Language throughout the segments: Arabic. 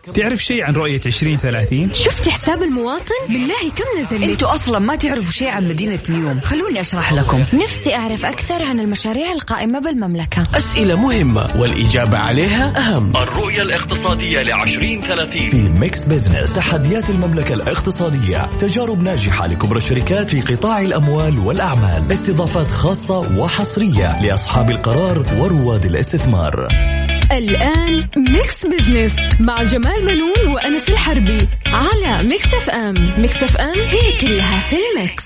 تعرف شيء عن رؤية 2030؟ شفت حساب المواطن؟ بالله كم نزل لي؟ انتوا أصلا ما تعرفوا شيء عن مدينة نيوم، خلوني أشرح لكم. نفسي أعرف أكثر عن المشاريع القائمة بالمملكة. أسئلة مهمة والإجابة عليها أهم. الرؤية الاقتصادية ل2030 في ميكس بزنس. تحديات المملكة الاقتصادية، تجارب ناجحة لكبرى الشركات في قطاع الأموال والأعمال، استضافات خاصة وحصرية لأصحاب القرار ورواد الاستثمار. الآن ميكس بزنس مع جمال منون وأنس الحربي على ميكس اف ام. ميكس اف ام هي كلها في الميكس.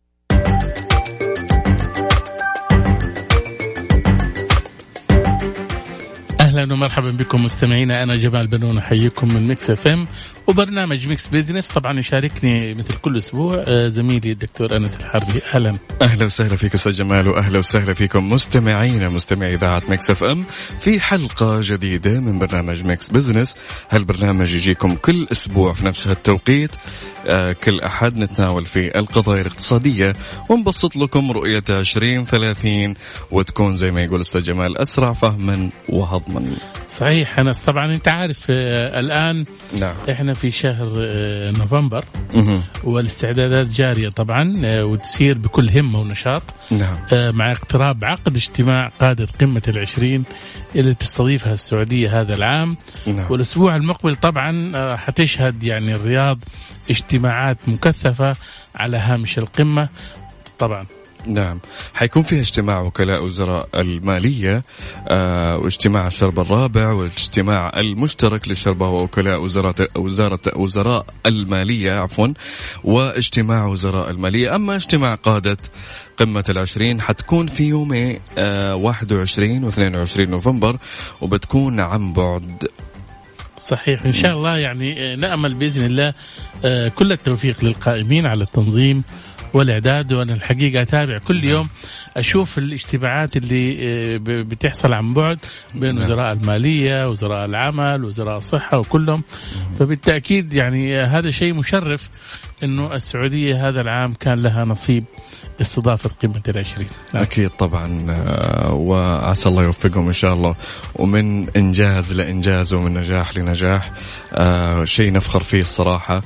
أهلا ومرحبا بكم مستمعينا، أنا جمال بنون أحييكم من ميكس اف ام وبرنامج ميكس بيزنس. طبعا يشاركني مثل كل أسبوع زميلي الدكتور أنس الحربي. أهلا وسهلا فيك أستاذ جمال، وأهلا وسهلا فيكم مستمعينا مستمعي إذاعة ميكس اف ام في حلقة جديدة من برنامج ميكس بيزنس. هالبرنامج يجيكم كل أسبوع في نفس هالتوقيت، كل أحد نتناول في القضايا الاقتصادية ونبسط لكم رؤية 2030 وتكون زي ما يقول أستاذ جمال أسرع فهما وهضما. صحيح أنس، طبعا أنت عارف الآن نعم إحنا في شهر نوفمبر والاستعدادات جارية طبعا وتسير بكل همة ونشاط. نعم. مع اقتراب عقد اجتماع قادة قمة ال20 اللي تستضيفها السعودية هذا العام. نعم. والأسبوع المقبل طبعا حتشهد يعني الرياض اجتماعات مكثفة على هامش القمة طبعا. نعم، حيكون فيها اجتماع وكلاء وزراء المالية واجتماع الشرب الرابع والاجتماع المشترك للشربة ووكلاء وزراء المالية عفوا، واجتماع وزراء المالية. أما اجتماع قادة قمة ال20 حتكون في يومي 21 و 22 نوفمبر وبتكون عن بعد. صحيح إن شاء الله، يعني نأمل بإذن الله كل التوفيق للقائمين على التنظيم والإعداد. وأنا الحقيقة أتابع كل يوم أشوف الاجتماعات اللي بتحصل عن بعد بين وزراء المالية وزراء العمل وزراء الصحة وكلهم. فبالتأكيد يعني هذا شيء مشرف إنه السعودية هذا العام كان لها نصيب استضافة قمة ال20. أكيد طبعا، وعسى الله يوفقهم إن شاء الله، ومن إنجاز لإنجاز ومن نجاح لنجاح. شيء نفخر فيه الصراحة.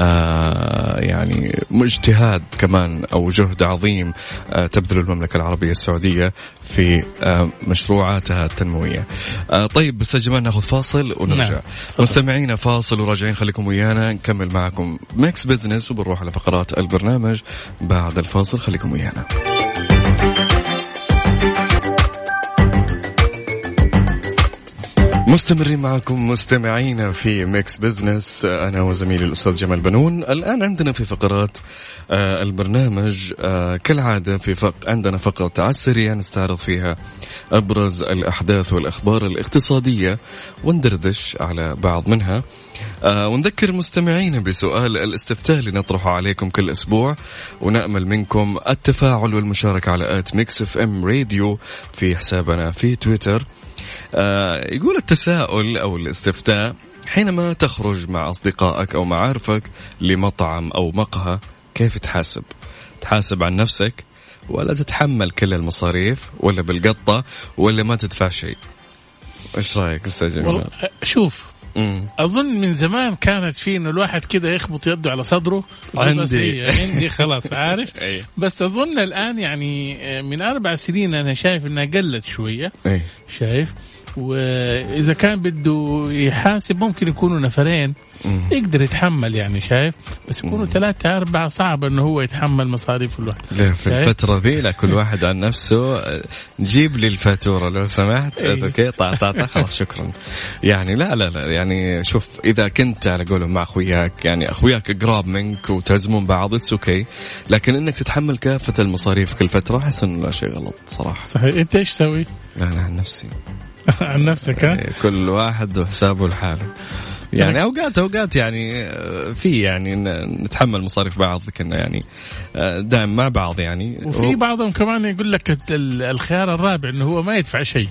يعني اجتهاد كمان أو جهد عظيم تبذل المملكة العربية السعودية في مشروعاتها التنموية. طيب بس يا جماعة ناخذ فاصل ونرجع. نعم. مستمعينا فاصل وراجعين، خليكم ويانا نكمل معكم ميكس بيزنس وبنروح على فقرات البرنامج بعد الفاصل. خليكم ويانا. مستمرين معكم مستمعينا في ميكس بيزنس، أنا وزميلي الأستاذ جمال بنون. الآن عندنا في فقرات البرنامج كالعادة عندنا فقرة على السريع نستعرض فيها أبرز الأحداث والأخبار الاقتصادية وندردش على بعض منها. ونذكر مستمعين بسؤال الاستفتاء اللي نطرحه عليكم كل أسبوع، ونأمل منكم التفاعل والمشاركة على @mixfmradio في حسابنا في تويتر. يقول التساؤل أو الاستفتاء: حينما تخرج مع أصدقائك أو معارفك لمطعم أو مقهى كيف تحاسب عن نفسك، ولا تتحمل كل المصاريف، ولا بالقطة، ولا ما تدفع شيء؟ إيش رأيك أستاذ جمال؟ شوف أظن من زمان كانت فيه إنه الواحد كده يخبط يده على صدره عندي خلاص عارف. بس أظن الآن يعني من 4 سنين أنا شايف إنها قلت شوية. شايف، وإذا كان بده يحاسب ممكن يكونوا نفرين يقدر يتحمل، يعني شايف، بس يكونوا 3 4 صعب إنه هو يتحمل مصاريف الواحد. لا في الفترة ذي لا، كل واحد عن نفسه. جيب لي الفاتورة لو سمحت. أوكي طاع خلاص شكرا. يعني لا يعني شوف، إذا كنت على قولهم مع أخوياك، يعني أخوياك قراب منك وتعزمون بعض أوكي، لكن إنك تتحمل كافة المصاريف كل فترة أحس إنه شيء غلط صراحة. صحيح. أنت إيش سوي؟ أنا عن نفسي عن نفسك كل واحد وحسابه لحاله. يعني أوقات يعني في يعني نتحمل مصاريف بعض، كنا يعني دائم مع بعض يعني. وفي بعضهم كمان يقول لك الخيار الرابع إنه هو ما يدفع شيء،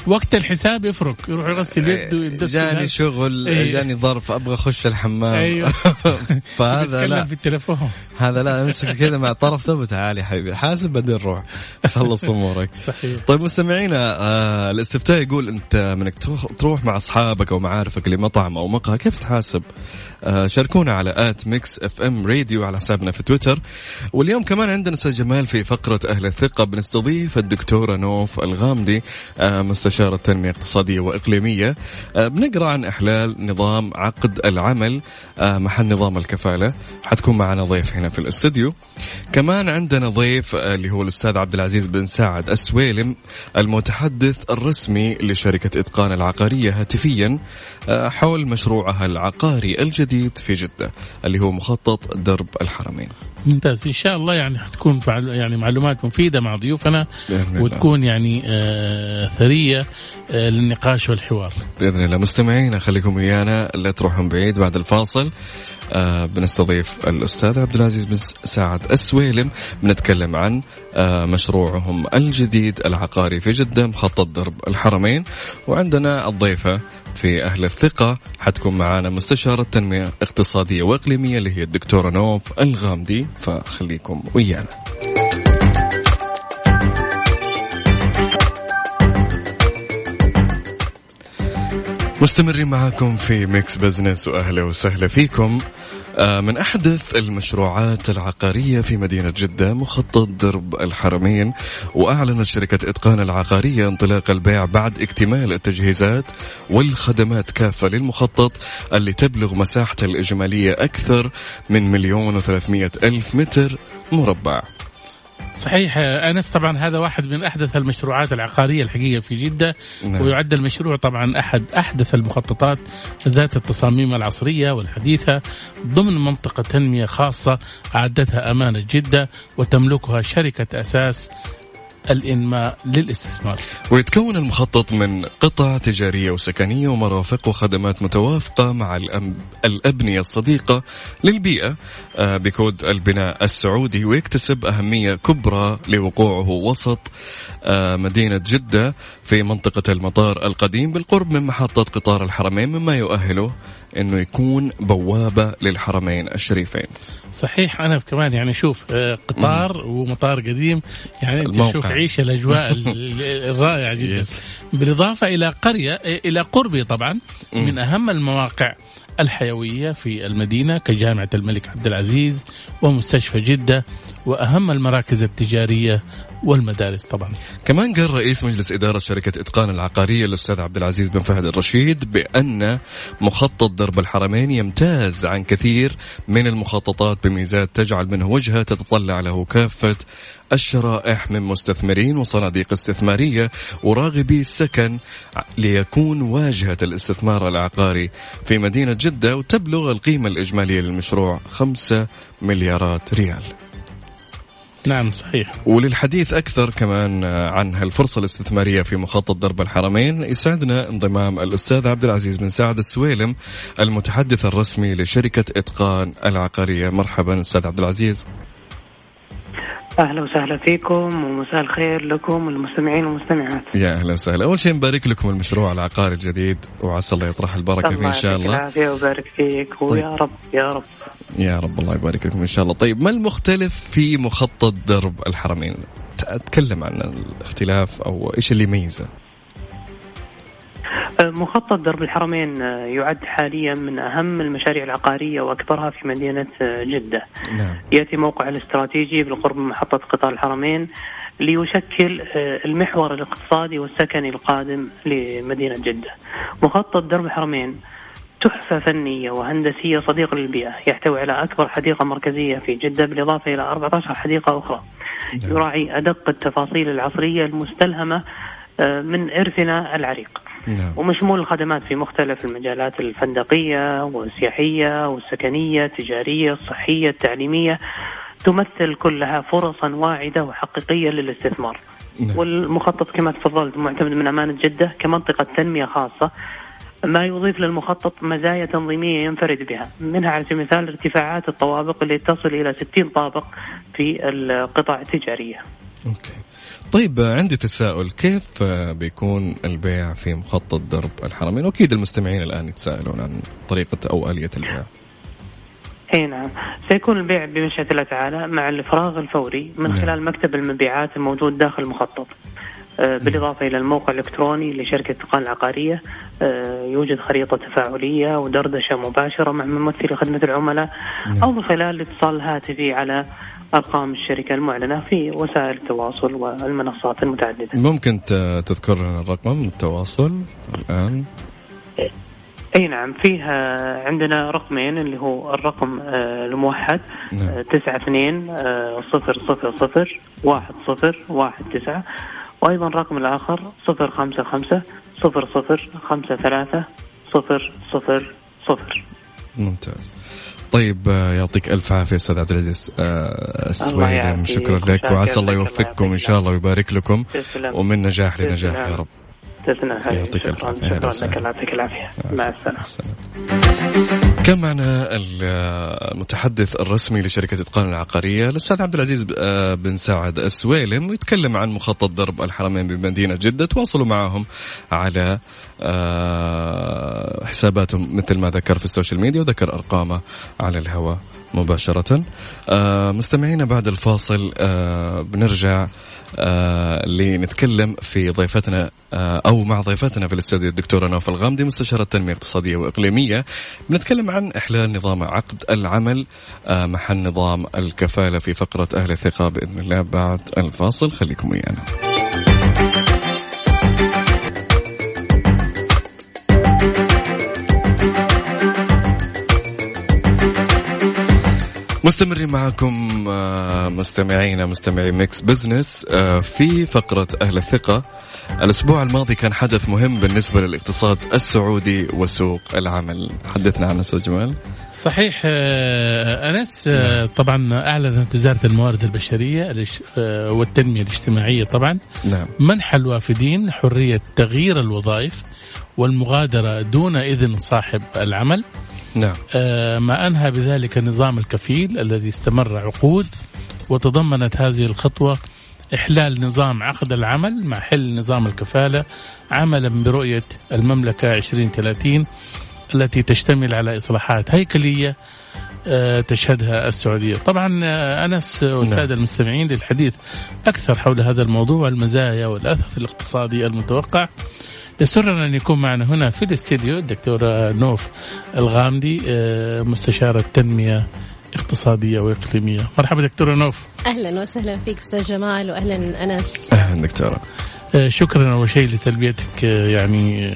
وقت الحساب يفرق، يروح يغسل يده، جاني شغل، جاني ظرف، ابغى اخش الحمام. ايوه فهذا لا بالتليفون، هذا لا امسك كذا مع طرف ثبت، تعالي حبيبي حاسب بعدين نروح خلص امورك. صحيح. طيب مستمعينا، الاستفتاء يقول انت منك تروح مع اصحابك او معارفك لمطعم او مقهى كيف تحاسب؟ شاركونا على @mixfmradio على حسابنا في تويتر. واليوم كمان عندنا استاذ جمال في فقرة أهل الثقة بنستضيف الدكتورة نوف الغامدي، مستشارة تنمية اقتصادية وإقليمية. بنقرأ عن إحلال نظام عقد العمل محل نظام الكفالة. حتكون معنا ضيف هنا في الاستوديو. كمان عندنا ضيف اللي هو الأستاذ عبد العزيز بن سعد السويلم، المتحدث الرسمي لشركة إتقان العقارية، هاتفيا حول مشروعها العقاري الجديد في جدة اللي هو مخطط درب الحرمين. ممتاز، إن شاء الله يعني حتكون يعني معلومات مفيدة مع ضيوفنا وتكون يعني ثرية للنقاش والحوار بإذن الله. مستمعين خليكم ويانا، لا تروحون بعيد. بعد الفاصل بنستضيف الأستاذ عبد العزيز بن سعد السويلم، بنتكلم عن مشروعهم الجديد العقاري في جدة مخطط درب الحرمين. وعندنا الضيفة في أهل الثقة حتكون معنا مستشارة تنمية اقتصادية وإقليمية اللي هي الدكتورة نوف الغامدي، فخليكم ويانا. مستمرين معاكم في ميكس بزنس وأهلا وسهلا فيكم. من أحدث المشروعات العقارية في مدينة جدة مخطط درب الحرمين، وأعلنت شركة إتقان العقارية انطلاق البيع بعد اكتمال التجهيزات والخدمات كافة للمخطط اللي تبلغ مساحته الإجمالية أكثر من 1,300,000 متر مربع. صحيح أنس، طبعا هذا واحد من أحدث المشروعات العقارية الحقيقة في جدة. نعم. ويعد المشروع طبعا أحد أحدث المخططات ذات التصاميم العصرية والحديثة ضمن منطقة تنمية خاصة أعدتها أمانة جدة وتملكها شركة أساس الإنماء للاستثمار. ويتكون المخطط من قطع تجارية وسكنية ومرافق وخدمات متوافقة مع الأبنية الصديقة للبيئة بكود البناء السعودي، ويكتسب أهمية كبرى لوقوعه وسط مدينة جدة في منطقة المطار القديم بالقرب من محطة قطار الحرمين، مما يؤهله انه يكون بوابة للحرمين الشريفين. صحيح. انا كمان يعني شوف قطار ومطار قديم، يعني انت شوف عيش الاجواء الرائعة جدا. بالاضافة الى قرية الى قربه طبعا من اهم المواقع الحيوية في المدينة كجامعة الملك عبد العزيز ومستشفى جدة وأهم المراكز التجارية والمدارس. طبعا كمان قال رئيس مجلس إدارة شركة إتقان العقارية الأستاذ عبد العزيز بن فهد الرشيد بأن مخطط درب الحرمين يمتاز عن كثير من المخططات بميزات تجعل منه وجهة تتطلع له كافة الشرائح من مستثمرين وصناديق استثمارية وراغبي السكن، ليكون واجهة الاستثمار العقاري في مدينة جدة، وتبلغ القيمة الإجمالية للمشروع 5 مليارات ريال. نعم صحيح. وللحديث أكثر كمان عن هالفرصة الاستثمارية في مخطط درب الحرمين يسعدنا انضمام الأستاذ عبد العزيز بن سعد السويلم، المتحدث الرسمي لشركة إتقان العقارية. مرحبا أستاذ عبد العزيز. أهلا وسهلا فيكم ومساء الخير لكم المستمعين والمستمعات. يا أهلا وسهلا. أول شيء نبارك لكم المشروع العقاري الجديد وعسى الله يطرح البركة فيه إن شاء الله. الله وبارك فيك. ويا رب يا رب يا رب الله يبارك لكم إن شاء الله. طيب ما المختلف في مخطط درب الحرمين؟ تكلم عن الاختلاف أو إيش اللي يميزه. مخطط درب الحرمين يعد حاليا من أهم المشاريع العقارية وأكبرها في مدينة جدة. نعم. يأتي موقع الاستراتيجي بالقرب من محطة قطار الحرمين ليشكل المحور الاقتصادي والسكني القادم لمدينة جدة. مخطط درب الحرمين تحفة فنية وهندسية صديقة للبيئة، يحتوي على أكبر حديقة مركزية في جدة بالإضافة إلى 14 حديقة أخرى. نعم. يراعي أدق التفاصيل العصرية المستلهمة من إرثنا العريق. نعم. ومشمول الخدمات في مختلف المجالات الفندقية والسياحية والسكنية التجارية الصحية التعليمية، تمثل كلها فرصا واعدة وحقيقية للاستثمار. نعم. والمخطط كما تفضلت معتمد من أمانة جدة كمنطقة تنمية خاصة، ما يضيف للمخطط مزايا تنظيمية ينفرد بها، منها على سبيل المثال ارتفاعات الطوابق اللي تصل إلى 60 طابق في القطع التجارية. أوكي. طيب عندي تساؤل، كيف بيكون البيع في مخطط درب الحرمين؟ وأكيد المستمعين الآن يتساءلون عن طريقة أو آلية البيع. اي نعم، سيكون البيع بمشيئة الله تعالى مع الإفراغ الفوري من خلال مكتب المبيعات الموجود داخل المخطط، بالإضافة إلى الموقع الإلكتروني لشركة اتقان العقارية. يوجد خريطة تفاعلية ودردشة مباشرة مع ممثل خدمة العملاء، أو من خلال الاتصال الهاتفي على أرقام الشركة المعلنة في وسائل التواصل والمنصات المتعددة. ممكن تذكر الرقم التواصل الآن؟ اي نعم، فيها عندنا رقمين، اللي هو الرقم الموحد 92-000-1019، وايضا الرقم الاخر 055-053-000. ممتاز. طيب يعطيك ألف عافية أستاذ عبد العزيز السويلم، شكرا لك، وعسى الله يوفقكم إن شاء الله ويبارك لكم، ومن نجاح لنجاح يا رب. يعطيك العافية. شكرا لك، يعطيك العافية. مع السلامة. كان معنا المتحدث الرسمي لشركة اتقان العقارية الأستاذ عبد العزيز بن سعد السويلم، ويتكلم عن مخطط درب الحرمين بمدينة جدة. تواصلوا معهم على حساباتهم مثل ما ذكر في السوشيال ميديا، وذكر أرقامه على الهواء مباشرة. مستمعينا بعد الفاصل بنرجع لنتكلم في ضيفتنا أو مع ضيفتنا في الاستوديو الدكتورة نوف الغامدي، مستشارة تنمية اقتصادية وإقليمية. بنتكلم عن إحلال نظام عقد العمل محل نظام الكفالة في فقرة أهل الثقة بإذن الله بعد الفاصل. خليكم ويانا. مستمرين معكم مستمعي ميكس بزنس في فقرة أهل الثقة. الأسبوع الماضي كان حدث مهم بالنسبة للاقتصاد السعودي وسوق العمل، حدثنا عنه أستاذ جمال. صحيح أنس، طبعا أعلنت وزارة الموارد البشرية والتنمية الاجتماعية طبعا منح الوافدين حرية تغيير الوظائف والمغادرة دون إذن صاحب العمل. ما أنهى بذلك نظام الكفيل الذي استمر عقود، وتضمنت هذه الخطوة إحلال نظام عقد العمل مع حل نظام الكفالة عملا برؤية المملكة 2030 التي تشتمل على إصلاحات هيكلية تشهدها السعودية. طبعا أنس والسادة المستمعين، للحديث أكثر حول هذا الموضوع والمزايا والأثر الاقتصادي المتوقع، يسرنا أن يكون معنا هنا في الاستديو الدكتورة نوف الغامدي، مستشارة تنمية اقتصادية وإقليمية. مرحبا دكتورة نوف. أهلا وسهلا فيك أستاذ جمال، وأهلا أنس. أهلا دكتورة. شكرا أول شيء لتلبيتك يعني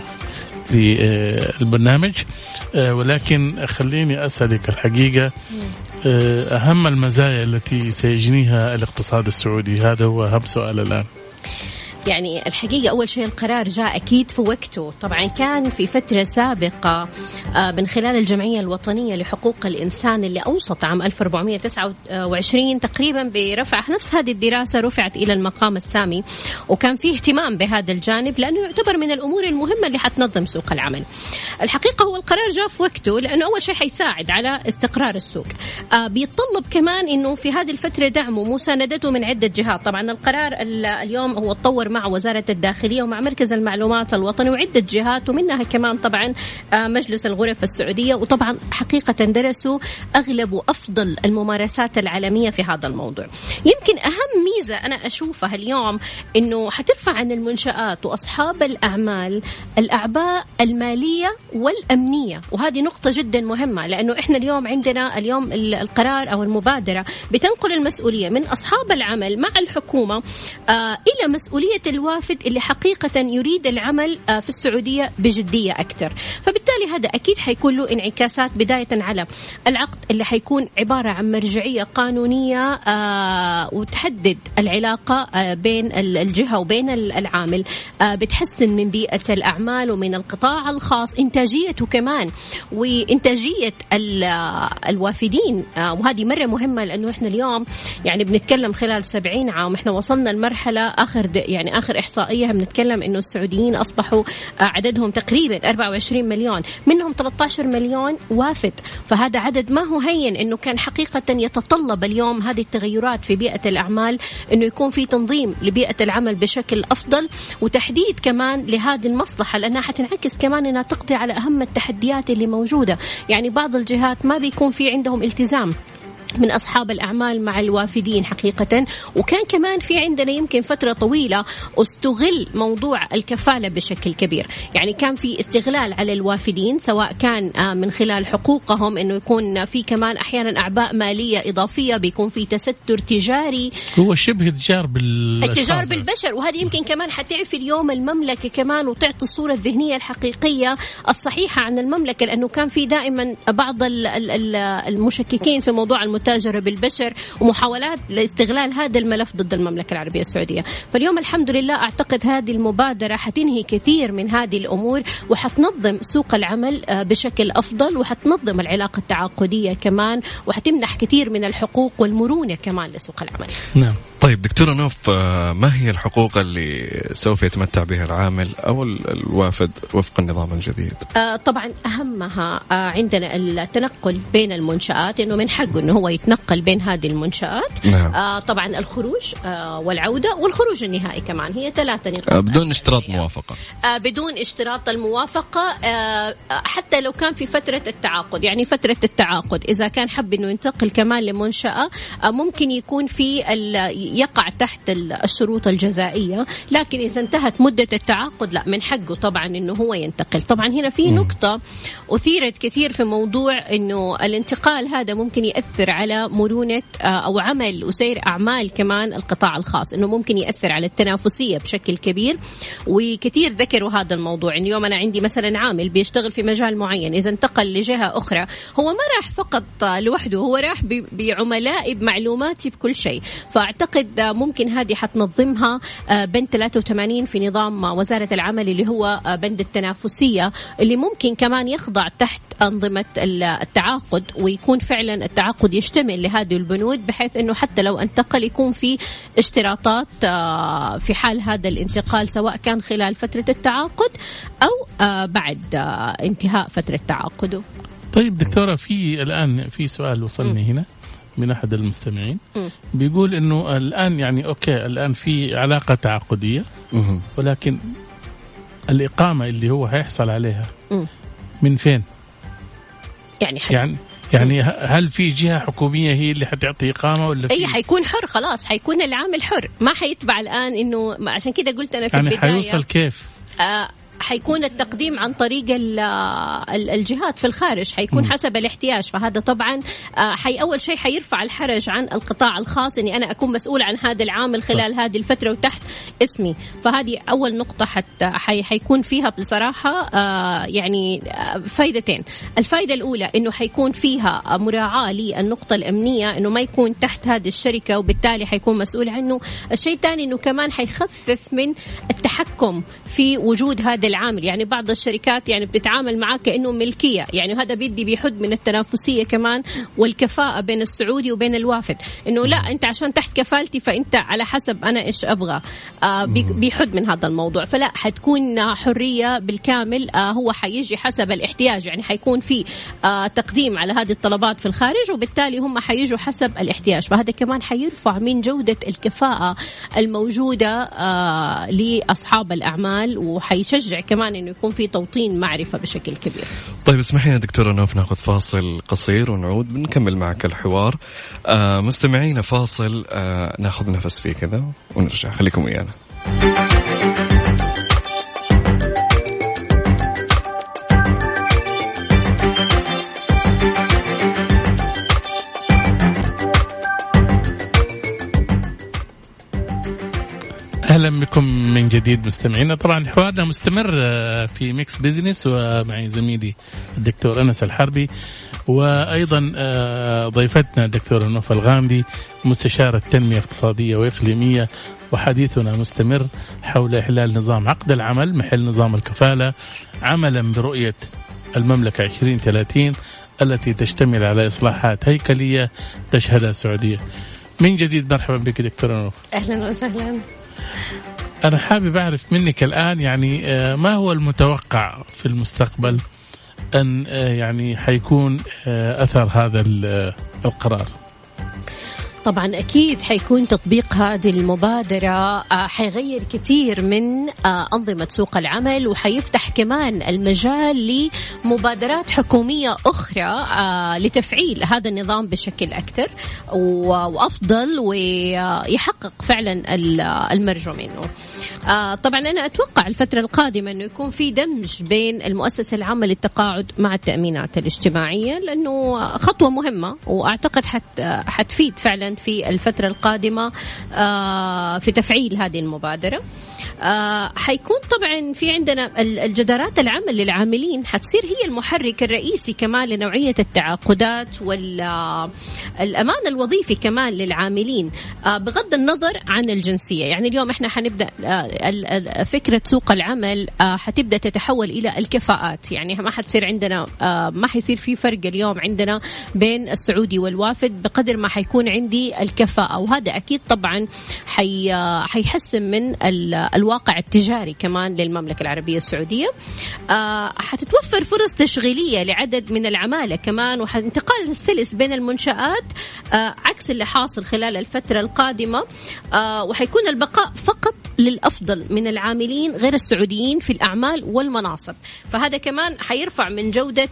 للبرنامج، ولكن خليني أسألك الحقيقة أهم المزايا التي سيجنيها الاقتصاد السعودي. هذا هو أهم سؤال الآن. يعني الحقيقة أول شيء القرار جاء أكيد في وقته. طبعا كان في فترة سابقة من خلال الجمعية الوطنية لحقوق الإنسان اللي أوصت عام 1429 تقريبا برفع نفس هذه الدراسة، رفعت إلى المقام السامي، وكان فيه اهتمام بهذا الجانب لأنه يعتبر من الأمور المهمة اللي حتنظم سوق العمل. الحقيقة هو القرار جاء في وقته لأنه أول شيء حيساعد على استقرار السوق، بيتطلب كمان إنه في هذه الفترة دعمه ومساندته من عدة جهات. طبعا القرار اليوم هو تطور مع وزارة الداخلية ومع مركز المعلومات الوطني وعدة جهات، ومنها كمان طبعا مجلس الغرف السعودية، وطبعا حقيقة درسوا أغلب وأفضل الممارسات العالمية في هذا الموضوع. يمكن أهم ميزة أنا أشوفها اليوم إنه حترفع عن المنشآت وأصحاب الأعمال الأعباء المالية والأمنية، وهذه نقطة جدا مهمة، لأنه إحنا اليوم عندنا القرار أو المبادرة بتنقل المسؤولية من أصحاب العمل مع الحكومة إلى مسؤولية الوافد اللي حقيقة يريد العمل في السعودية بجدية أكثر. فبالتالي هذا أكيد حيكون له انعكاسات بداية على العقد اللي حيكون عبارة عن مرجعية قانونية وتحدد العلاقة بين الجهة وبين العامل، بتحسن من بيئة الأعمال ومن القطاع الخاص إنتاجيته كمان وإنتاجية الوافدين، وهذه مرة مهمة لأنه إحنا اليوم يعني بنتكلم خلال 70 عام إحنا وصلنا لمرحلة آخر يعني يعني آخر إحصائية بنتكلم إنه السعوديين أصبحوا عددهم تقريبا 24 مليون، منهم 13 مليون وافد. فهذا عدد ما هو هين، إنه كان حقيقة يتطلب اليوم هذه التغيرات في بيئة الأعمال، إنه يكون في تنظيم لبيئة العمل بشكل أفضل، وتحديد كمان لهذه المصلحة، لأنها حتنعكس كمان إنها تقضي على أهم التحديات اللي موجودة. يعني بعض الجهات ما بيكون في عندهم التزام من أصحاب الأعمال مع الوافدين حقيقة. وكان كمان في عندنا يمكن فترة طويلة استغل موضوع الكفالة بشكل كبير، يعني كان في استغلال على الوافدين، سواء كان من خلال حقوقهم، إنه يكون في كمان أحيانا أعباء مالية إضافية، بيكون في تستر تجاري، هو شبه التجار بالبشر. وهذه يمكن كمان حتعرف اليوم المملكة كمان وتعطي الصورة الذهنية الحقيقية الصحيحة عن المملكة، لأنه كان في دائما بعض المشككين في موضوع المتاجرة بالبشر ومحاولات لاستغلال هذا الملف ضد المملكة العربية السعودية. فاليوم الحمد لله أعتقد هذه المبادرة حتنهي كثير من هذه الأمور، وحتنظم سوق العمل بشكل أفضل، وحتنظم العلاقة التعاقدية كمان، وحتمنح كثير من الحقوق والمرونة كمان لسوق العمل. نعم. طيب دكتورة نوف، ما هي الحقوق اللي سوف يتمتع بها العامل أو الوافد وفق النظام الجديد؟ طبعا أهمها عندنا التنقل بين المنشآت، إنه من حقه إنه هو يتنقل بين هذه المنشآت. نعم. طبعا الخروج والعودة والخروج النهائي كمان، هي 3 نقاط بدون اشتراط موافقة. بدون اشتراط الموافقة، حتى لو كان في فترة التعاقد. يعني فترة التعاقد إذا كان حب إنه ينتقل كمان لمنشأة، ممكن يكون في يقع تحت الشروط الجزائية، لكن إذا انتهت مدة التعاقد لا، من حقه طبعا إنه هو ينتقل. طبعا هنا في نقطة أثيرت كثير في موضوع إنه الانتقال هذا ممكن يأثر على مرونة أو عمل وسير أعمال كمان القطاع الخاص، إنه ممكن يأثر على التنافسية بشكل كبير. وكثير ذكروا هذا الموضوع، إن اليوم أنا عندي مثلا عامل بيشتغل في مجال معين، إذا انتقل لجهة أخرى هو ما راح فقط لوحده، هو راح بعملائي بمعلوماتي بكل شيء. فأعتقد ممكن هذه حتنظمها بند 83 في نظام وزارة العمل، اللي هو بند التنافسية، اللي ممكن كمان يخضع تحت أنظمة التعاقد، ويكون فعلا التعاقد يشتمل لهذه البنود، بحيث أنه حتى لو انتقل يكون في اشتراطات في حال هذا الانتقال، سواء كان خلال فترة التعاقد أو بعد انتهاء فترة تعاقده. طيب دكتورة، في الآن في سؤال وصلني هنا من أحد المستمعين، بيقول إنه الآن يعني أوكي، الآن في علاقة تعاقدية، ولكن الإقامة اللي هو هيحصل عليها من فين؟ يعني هل في جهة حكومية هي اللي حتعطي إقامة ولا أي حيكون حر؟ خلاص حيكون العامل حر، ما حيتبع الآن إنه، عشان كده قلت أنا في يعني البداية حيوصل كيف؟ حيكون التقديم عن طريق الجهات في الخارج، حيكون حسب الاحتياج. فهذا طبعا أول شيء حيرفع الحرج عن القطاع الخاص، إني أنا أكون مسؤول عن هذا العامل خلال هذه الفترة وتحت اسمي. فهذه أول نقطة حتى حيكون فيها بصراحة يعني فايدتين. الفايدة الأولى إنه حيكون فيها مراعاة للنقطة الأمنية، إنه ما يكون تحت هذه الشركة وبالتالي حيكون مسؤول عنه. الشيء الثاني إنه كمان حيخفف من التحكم في وجود هذا العامل. يعني بعض الشركات يعني بتتعامل معاه كأنه ملكية، يعني هذا بيحد من التنافسية كمان والكفاءة بين السعودي وبين الوافد، إنه لا أنت عشان تحت كفالتي فأنت على حسب أنا إيش أبغى، بيحد من هذا الموضوع. فلا حتكون حرية بالكامل، هو حيجي حسب الاحتياج، يعني حيكون في تقديم على هذه الطلبات في الخارج، وبالتالي هم حيجوا حسب الاحتياج. فهذا كمان حيرفع من جودة الكفاءة الموجودة لأصحاب الأعمال، وحيشجع كمان إنه يكون في توطين معرفة بشكل كبير. طيب اسمحي لنا دكتورة نوف ناخذ فاصل قصير ونعود بنكمل معك الحوار. مستمعينا فاصل، ناخذ نفس فيه كذا ونرجع، خليكم ويانا. أهلا بكم من جديد مستمعينا. طبعا حوارنا مستمر في ميكس بيزنس، ومعي زميلي الدكتور أنس الحربي، وأيضا ضيفتنا الدكتورة نوف الغامدي، مستشارة تنمية اقتصادية وإقليمية. وحديثنا مستمر حول إحلال نظام عقد العمل محل نظام الكفالة، عملا برؤية المملكة 2030 التي تشتمل على إصلاحات هيكلية تشهدها السعودية. من جديد مرحبا بك دكتورة نوف. أهلا وسهلا. أنا حابب أعرف منك الآن يعني ما هو المتوقع في المستقبل أن يعني حيكون أثر هذا القرار؟ طبعا أكيد حيكون تطبيق هذه المبادرة حيغير كثير من أنظمة سوق العمل، وحيفتح كمان المجال لمبادرات حكومية أخرى لتفعيل هذا النظام بشكل أكثر وأفضل، ويحقق فعلا المرجو منه. طبعا أنا أتوقع الفترة القادمة أنه يكون في دمج بين المؤسسة العامة للتقاعد مع التأمينات الاجتماعية، لأنه خطوة مهمة وأعتقد حتفيد فعلا في الفترة القادمة في تفعيل هذه المبادرة. حيكون طبعا في عندنا الجدارات العمل للعاملين حتصير هي المحرك الرئيسي كمان لنوعية التعاقدات والأمان الوظيفي كمان للعاملين بغض النظر عن الجنسية. يعني اليوم احنا حنبدأ فكرة سوق العمل حتبدأ تتحول إلى الكفاءات، يعني ما حتصير عندنا ما حيصير في فرق اليوم عندنا بين السعودي والوافد بقدر ما حيكون عندي الكفاءة، وهذا أكيد طبعا حيحسن من الواقع التجاري كمان للمملكة العربية السعودية. حتتوفر فرص تشغيلية لعدد من العمالة كمان، وانتقال السلس بين المنشآت عكس اللي حاصل خلال الفترة القادمة، وحيكون البقاء فقط للأفضل من العاملين غير السعوديين في الأعمال والمناصب. فهذا كمان حيرفع من جودة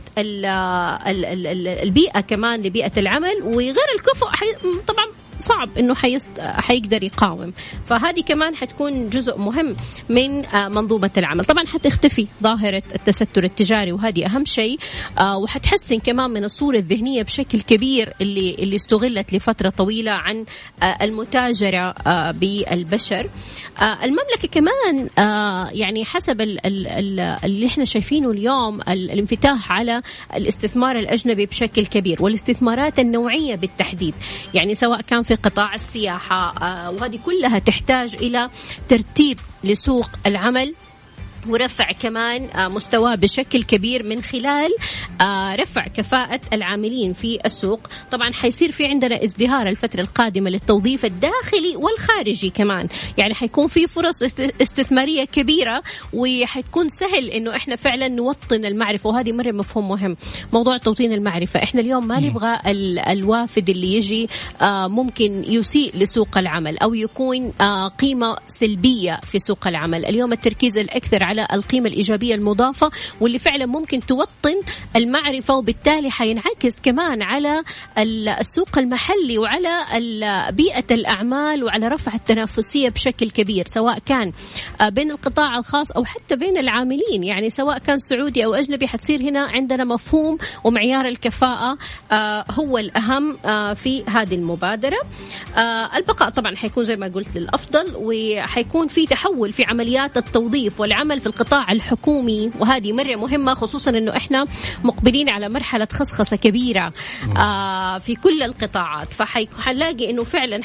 البيئة كمان لبيئة العمل، وغير الكفؤ طبعا صعب إنه حيقدر يقاوم. فهذه كمان حتكون جزء مهم من منظومة العمل. طبعا حتختفي ظاهرة التستر التجاري، وهذه أهم شيء، وحتحسن كمان من الصورة الذهنية بشكل كبير اللي استغلت لفترة طويلة عن المتاجرة بالبشر. المملكة كمان يعني حسب اللي احنا شايفينه اليوم الانفتاح على الاستثمار الأجنبي بشكل كبير، والاستثمارات النوعية بالتحديد، يعني سواء كان في قطاع السياحة، وهذه كلها تحتاج إلى ترتيب لسوق العمل ورفع كمان مستواه بشكل كبير من خلال رفع كفاءة العاملين في السوق. طبعا حيصير في عندنا ازدهار الفترة القادمة للتوظيف الداخلي والخارجي كمان، يعني حيكون في فرص استثمارية كبيرة، وحيكون سهل انه احنا فعلا نوطن المعرفة، وهذه مرة مفهوم مهم موضوع توطين المعرفة. احنا اليوم ما نبغى الوافد اللي يجي ممكن يسيء لسوق العمل أو يكون قيمة سلبية في سوق العمل. اليوم التركيز الأكثر على القيمة الإيجابية المضافة، واللي فعلا ممكن توطن المعرفة، وبالتالي حينعكس كمان على السوق المحلي وعلى بيئة الأعمال وعلى رفع التنافسية بشكل كبير، سواء كان بين القطاع الخاص أو حتى بين العاملين، يعني سواء كان سعودي أو أجنبي حتصير هنا عندنا مفهوم ومعيار الكفاءة هو الأهم في هذه المبادرة. البقاء طبعا حيكون زي ما قلت للأفضل، وحيكون في تحول في عمليات التوظيف والعمل في القطاع الحكومي، وهذه مرة مهمة، خصوصا أنه إحنا مقبلين على مرحلة خصخصة كبيرة في كل القطاعات. فحنلاقي أنه فعلا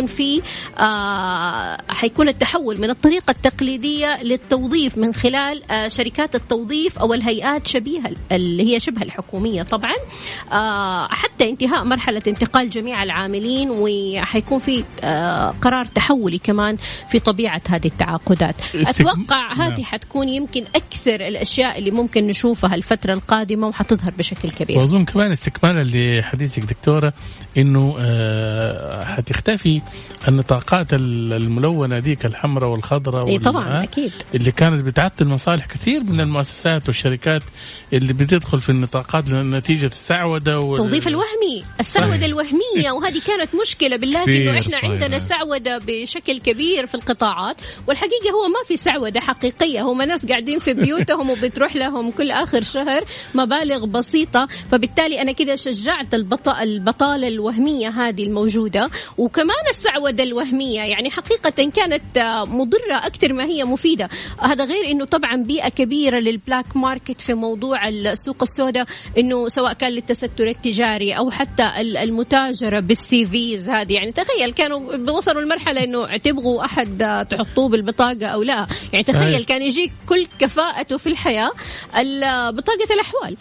حيكون التحول من الطريقة التقليدية للتوظيف من خلال شركات التوظيف أو الهيئات شبيهة اللي هي شبه الحكومية طبعا، حتى انتهاء مرحلة انتقال جميع العاملين، وحيكون في قرار تحولي كمان في طبيعة هذه التعاقدات. أتوقع هذه حتكون يمكن أكثر الأشياء اللي ممكن نشوفها الفترة القادمة وحتظهر بشكل كبير. وأظن كمان استكمالا لحديثك دكتورة إنه حتختفي النطاقات الملونة ذيك الحمراء والخضراء طبعا أكيد اللي كانت بتعطل مصالح كثير من المؤسسات والشركات اللي بتدخل في النطاقات نتيجة السعودة التوظيف الوهمي، السعودة الوهمية، وهذه كانت مشكلة بالله إنه إحنا عندنا سعودة بشكل كبير في القطاعات، والحقيقة هو ما في سعودة حقيقية، هم ناس قاعدين في بيوتهم وبتروح لهم كل آخر شهر مبالغ بسيطة. فبالتالي أنا كده شجعت البطالة الوهمية هذه الموجودة، وكمان السعودة الوهمية يعني حقيقة كانت مضرة أكثر ما هي مفيدة. هذا غير إنه طبعا بيئة كبيرة للبلاك ماركت في موضوع السوق السوداء، إنه سواء كان للتستر التجاري أو حتى المتاجرة بالسيفيز هذه. يعني تخيل كانوا وصلوا المرحلة إنه تبغوا أحد تحطوه بالبطاقة أو لا، يعني تخيل كان يجيك كل كفاءته في الحياة بطاقة الأحوال.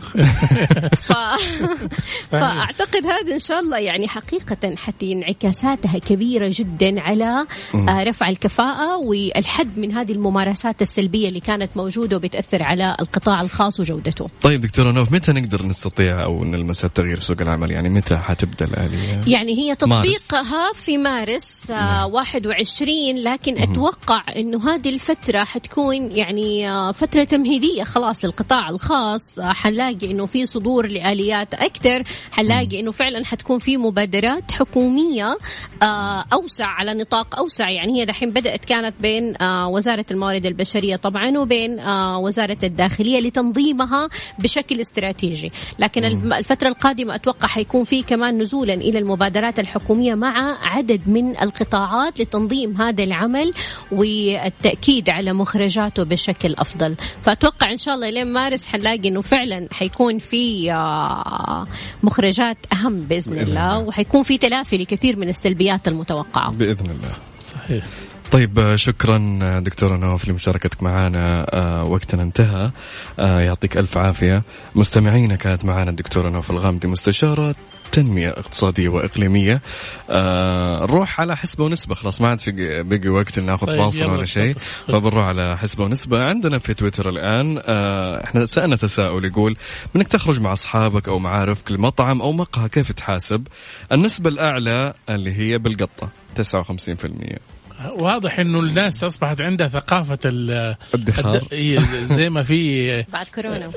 فأعتقد هذا إن شاء الله يعني حقيقة حتى انعكاساتها كبيرة جدا على رفع الكفاءة والحد من هذه الممارسات السلبية اللي كانت موجودة وبتأثر على القطاع الخاص وجودته. طيب دكتورة نوف، متى نقدر نستطيع أو نلمس تغيير سوق العمل؟ يعني متى حتبدأ الآلية؟ يعني هي تطبيقها في مارس 21، لكن أتوقع إنه هذه الفترة حتكون يعني فترة تمهيدية خلاص للقطاع الخاص. حنلاقي إنه في صدور لآليات أكثر، حنلاقي إنه فعلا حتكون في مبادرات حكومية أوسع على نطاق أوسع. يعني هي دحين بدأت كانت بين وزارة الموارد البشرية طبعا وبين وزارة الداخلية لتنظيمها بشكل استراتيجي، لكن الفترة القادمة أتوقع حيكون في كمان نزولا إلى المبادرات الحكومية مع عدد من القطاعات لتنظيم هذا العمل والتأكيد على مخرجاته بشكل أفضل. فأتوقع إن شاء الله لين مارس حنلاقي إنه فعلا حيكون في مخرجات أهم بإذن الله، وحيكون في تلافي لكثير من السلبيات المتوقعة بإذن الله. صحيح. طيب شكرا دكتورة نوف لمشاركتك معنا. وقتنا انتهى. يعطيك ألف عافية. مستمعينا، كانت معنا الدكتورة نوف الغامدي، مستشارة تنمية اقتصادية وإقليمية. نروح على حسبة ونسبة، خلاص ما عاد في بقي وقت ناخذ فاصل ولا شيء، فبنروح على حسبة ونسبة. عندنا في تويتر الآن احنا سألنا تساؤل يقول: منك تخرج مع أصحابك أو معارفك لمطعم أو مقهى، كيف تحاسب؟ النسبة الأعلى اللي هي بالقطة 59%. واضح انه الناس اصبحت عندها ثقافه الادخار زي ما في بعد كورونا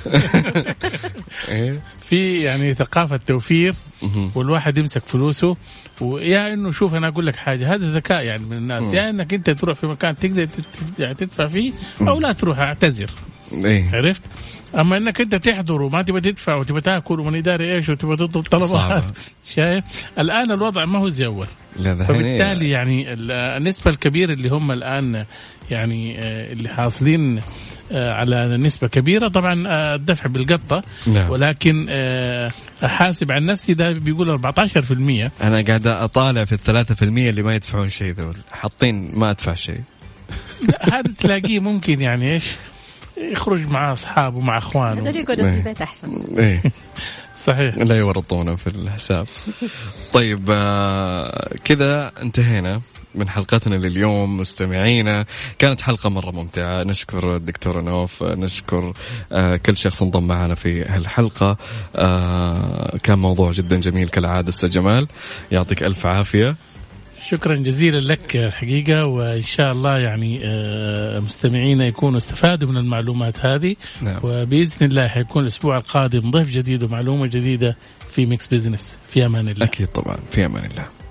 في يعني ثقافه توفير، والواحد يمسك فلوسه. ويا انه شوف انا اقول لك حاجه، هذا ذكاء يعني من الناس، يا انك انت تروح في مكان تقدر يعني تدفع فيه، او لا تروح اعتذر. عرفت؟ اما انك انت تحضر وما تبغى تدفع وتبغى تاكل ومن اداري ايش وتبغى تطلب طلبات، شايف الان الوضع ما هو زي اول. فبالتالي يعني النسبه الكبيره اللي هم الان يعني اللي حاصلين على نسبة كبيرة طبعا الدفع بالقطة. ولكن أحاسب عن نفسي ده بيقول 14%. أنا قاعد أطالع في 3% اللي ما يدفعون شيء، ذول حاطين ما أدفع شيء. هذا تلاقيه ممكن يعني إيش يخرج مع أصحابه مع أخوانه، هذول يقعدوا في البيت أحسن. صحيح، لا يورطونه في الحساب. طيب كذا انتهينا من حلقتنا لليوم. مستمعينا، كانت حلقة مرة ممتعة. نشكر الدكتورة نوف، نشكر كل شخص انضم معنا في هالحلقة. كان موضوع جدا جميل كالعادة. أستاذ جمال، يعطيك ألف عافية. شكرا جزيلا لك الحقيقة، وإن شاء الله يعني مستمعينا يكونوا استفادوا من المعلومات هذه. وبإذن الله حيكون الأسبوع القادم ضيف جديد ومعلومة جديدة في ميكس بيزنس. في أمان الله. أكيد طبعا، في أمان الله.